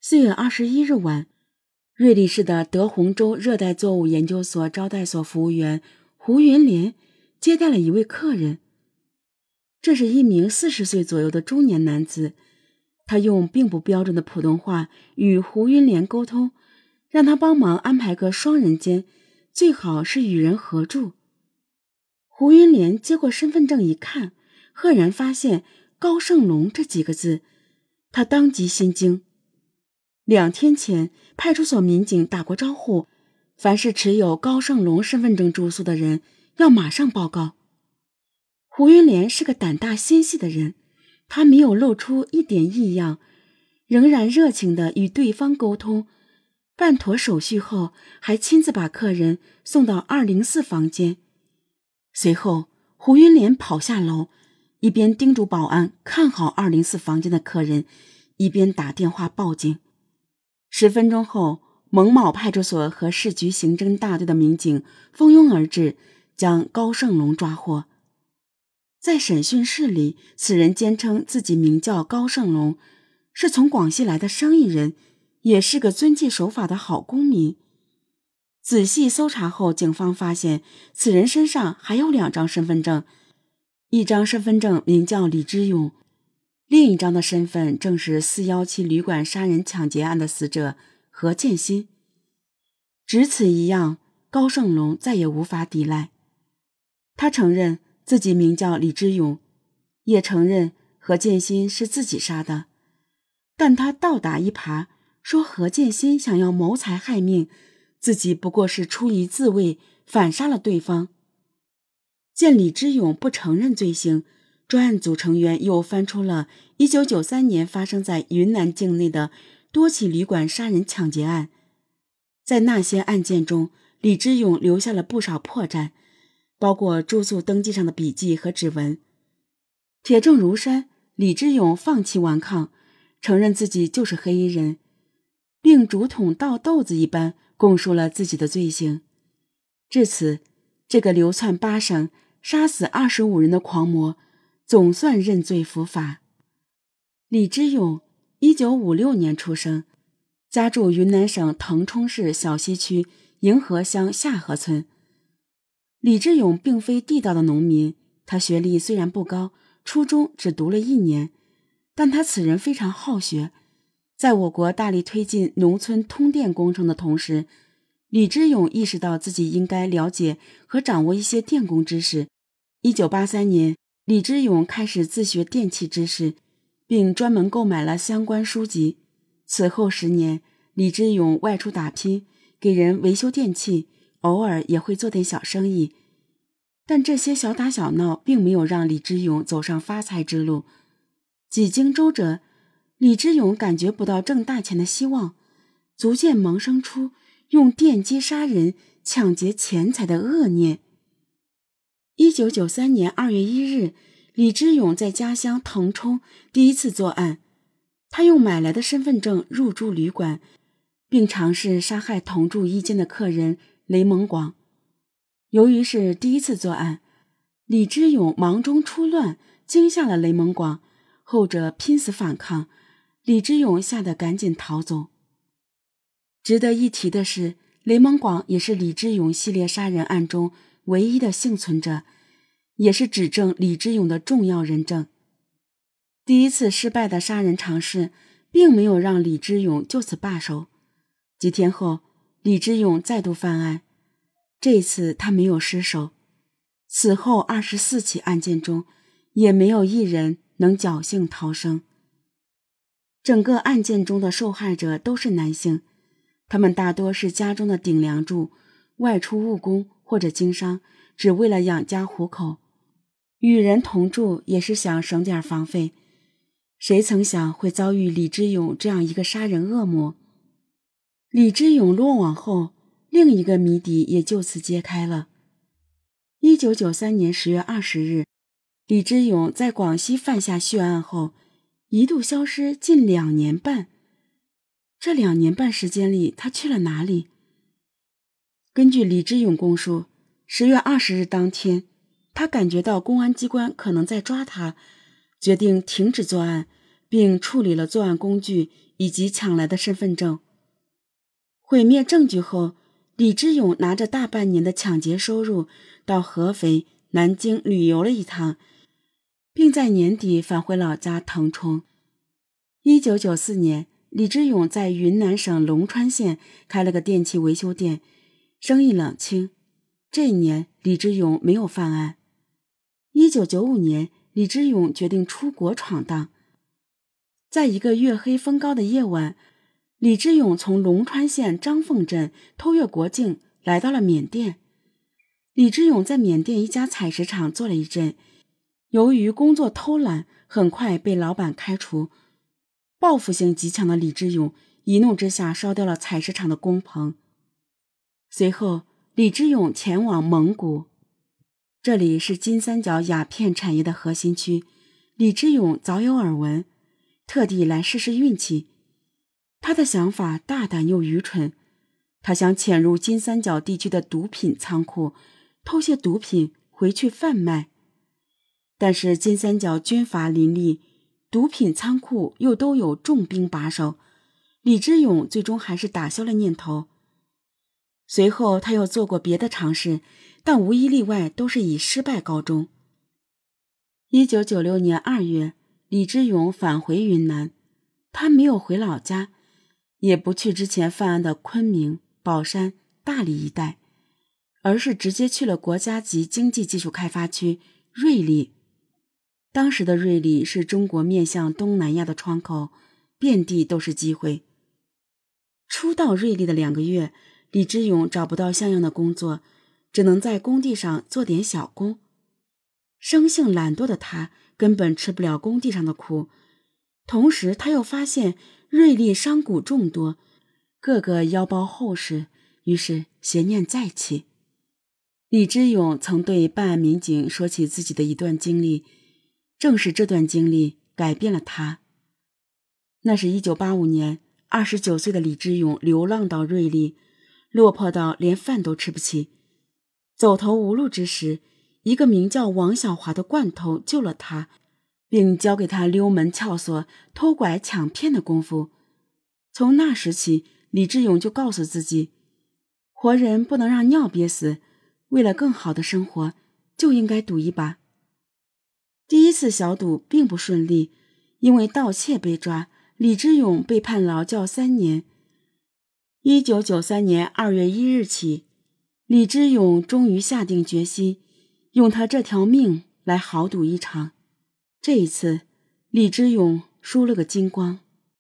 4月21日晚，瑞丽市的德宏州热带作物研究所招待所服务员胡云莲接待了一位客人。这是一名40岁左右的中年男子，他用并不标准的普通话与胡云莲沟通，让他帮忙安排个双人间，最好是与人合住。胡云莲接过身份证一看，赫然发现高胜龙这几个字，他当即心惊。2天前，派出所民警打过招呼，凡是持有高胜龙身份证住宿的人要马上报告。胡云莲是个胆大心细的人，他没有露出一点异样，仍然热情地与对方沟通，办妥手续后还亲自把客人送到204房间。随后胡云莲跑下楼，一边叮嘱保安看好204房间的客人，一边打电话报警。10分钟后，蒙某派出所和市局刑侦大队的民警蜂拥而至，将高胜龙抓获。在审讯室里，此人坚称自己名叫高胜龙，是从广西来的生意人，也是个遵纪守法的好公民。仔细搜查后，警方发现此人身上还有2张身份证，一张身份证名叫李之勇，另一张的身份正是417旅馆杀人抢劫案的死者何建新。只此一样，高胜龙再也无法抵赖。他承认自己名叫李之勇，也承认何建新是自己杀的，但他倒打一耙，说何建新想要谋财害命，自己不过是出于自卫反杀了对方。见李之勇不承认罪行，专案组成员又翻出了1993年发生在云南境内的多起旅馆杀人抢劫案。在那些案件中，李之勇留下了不少破绽，包括住宿登记上的笔记和指纹。铁证如山，李之勇放弃顽抗，承认自己就是黑衣人，并竹筒倒豆子一般供述了自己的罪行。至此，这个流窜8省、杀死25人的狂魔总算认罪伏法。李之勇1956年出生，家住云南省腾冲市小西区迎河乡下河村。李之勇并非地道的农民，他学历虽然不高，初中只读了1年，但他此人非常好学。在我国大力推进农村通电工程的同时，李之勇意识到自己应该了解和掌握一些电工知识。1983年，李之勇开始自学电气知识，并专门购买了相关书籍。此后10年，李之勇外出打拼，给人维修电器，偶尔也会做点小生意。但这些小打小闹并没有让李之勇走上发财之路。几经周折，李之勇感觉不到挣大钱的希望，逐渐萌生出用电击杀人、抢劫钱财的恶念。1993年2月1日，李之勇在家乡腾冲第一次作案。他用买来的身份证入住旅馆，并尝试杀害同住一间的客人雷蒙广。由于是第一次作案，李之勇忙中出乱，惊吓了雷蒙广，后者拼死反抗，李之勇吓得赶紧逃走。值得一提的是，雷蒙广也是李之勇系列杀人案中唯一的幸存者，也是指证李之勇的重要人证。第一次失败的杀人尝试并没有让李之勇就此罢手。几天后，李之勇再度犯案，这次他没有失手。此后24起案件中，也没有一人能侥幸逃生。整个案件中的受害者都是男性，他们大多是家中的顶梁柱，外出务工或者经商，只为了养家糊口。与人同住也是想省点房费，谁曾想会遭遇李之勇这样一个杀人恶魔。李之勇落网后，另一个谜底也就此揭开了。1993年10月20日，李之勇在广西犯下血案后，一度消失近2年半。这2年半时间里，他去了哪里？根据李之勇供述，10月20日当天，他感觉到公安机关可能在抓他，决定停止作案， 并处理了作案工具以及抢来的身份证。毁灭证据后，李之勇拿着大半年的抢劫收入到合肥、南京旅游了一趟，并在年底返回老家腾冲。1994年，李之勇在云南省龙川县开了个电器维修店，生意冷清。这一年，李之勇没有犯案。1995年，李之勇决定出国闯荡。在一个月黑风高的夜晚，李之勇从龙川县张凤镇偷越国境，来到了缅甸。李之勇在缅甸一家采石场做了一阵，由于工作偷懒，很快被老板开除。报复性极强的李之勇一怒之下烧掉了采石场的工棚。随后，李之勇前往蒙古，这里是金三角鸦片产业的核心区，李之勇早有耳闻，特地来试试运气。他的想法大胆又愚蠢，他想潜入金三角地区的毒品仓库，偷些毒品回去贩卖。但是金三角军阀林立，毒品仓库又都有重兵把守，李之勇最终还是打消了念头。随后他又做过别的尝试，但无一例外都是以失败告终。1996年2月，李之勇返回云南，他没有回老家，也不去之前犯案的昆明、宝山、大理一带，而是直接去了国家级经济技术开发区瑞丽。当时的瑞丽是中国面向东南亚的窗口，遍地都是机会。初到瑞丽的2个月，李之勇找不到像样的工作，只能在工地上做点小工。生性懒惰的他根本吃不了工地上的苦，同时他又发现瑞丽商贾众多，个个腰包厚实，于是邪念再起。李之勇曾对办案民警说起自己的一段经历，正是这段经历改变了他。那是1985年，29岁的李之勇流浪到瑞丽，落魄到连饭都吃不起。走投无路之时，一个名叫王小华的惯头救了他，并教给他溜门撬锁、偷拐抢骗的功夫。从那时起，李之勇就告诉自己，活人不能让尿憋死，为了更好的生活，就应该赌一把。第一次小赌并不顺利，因为盗窃被抓，李之勇被判劳教3年。1993年2月1日起，李之勇终于下定决心，用他这条命来豪赌一场。这一次，李之勇输了个精光。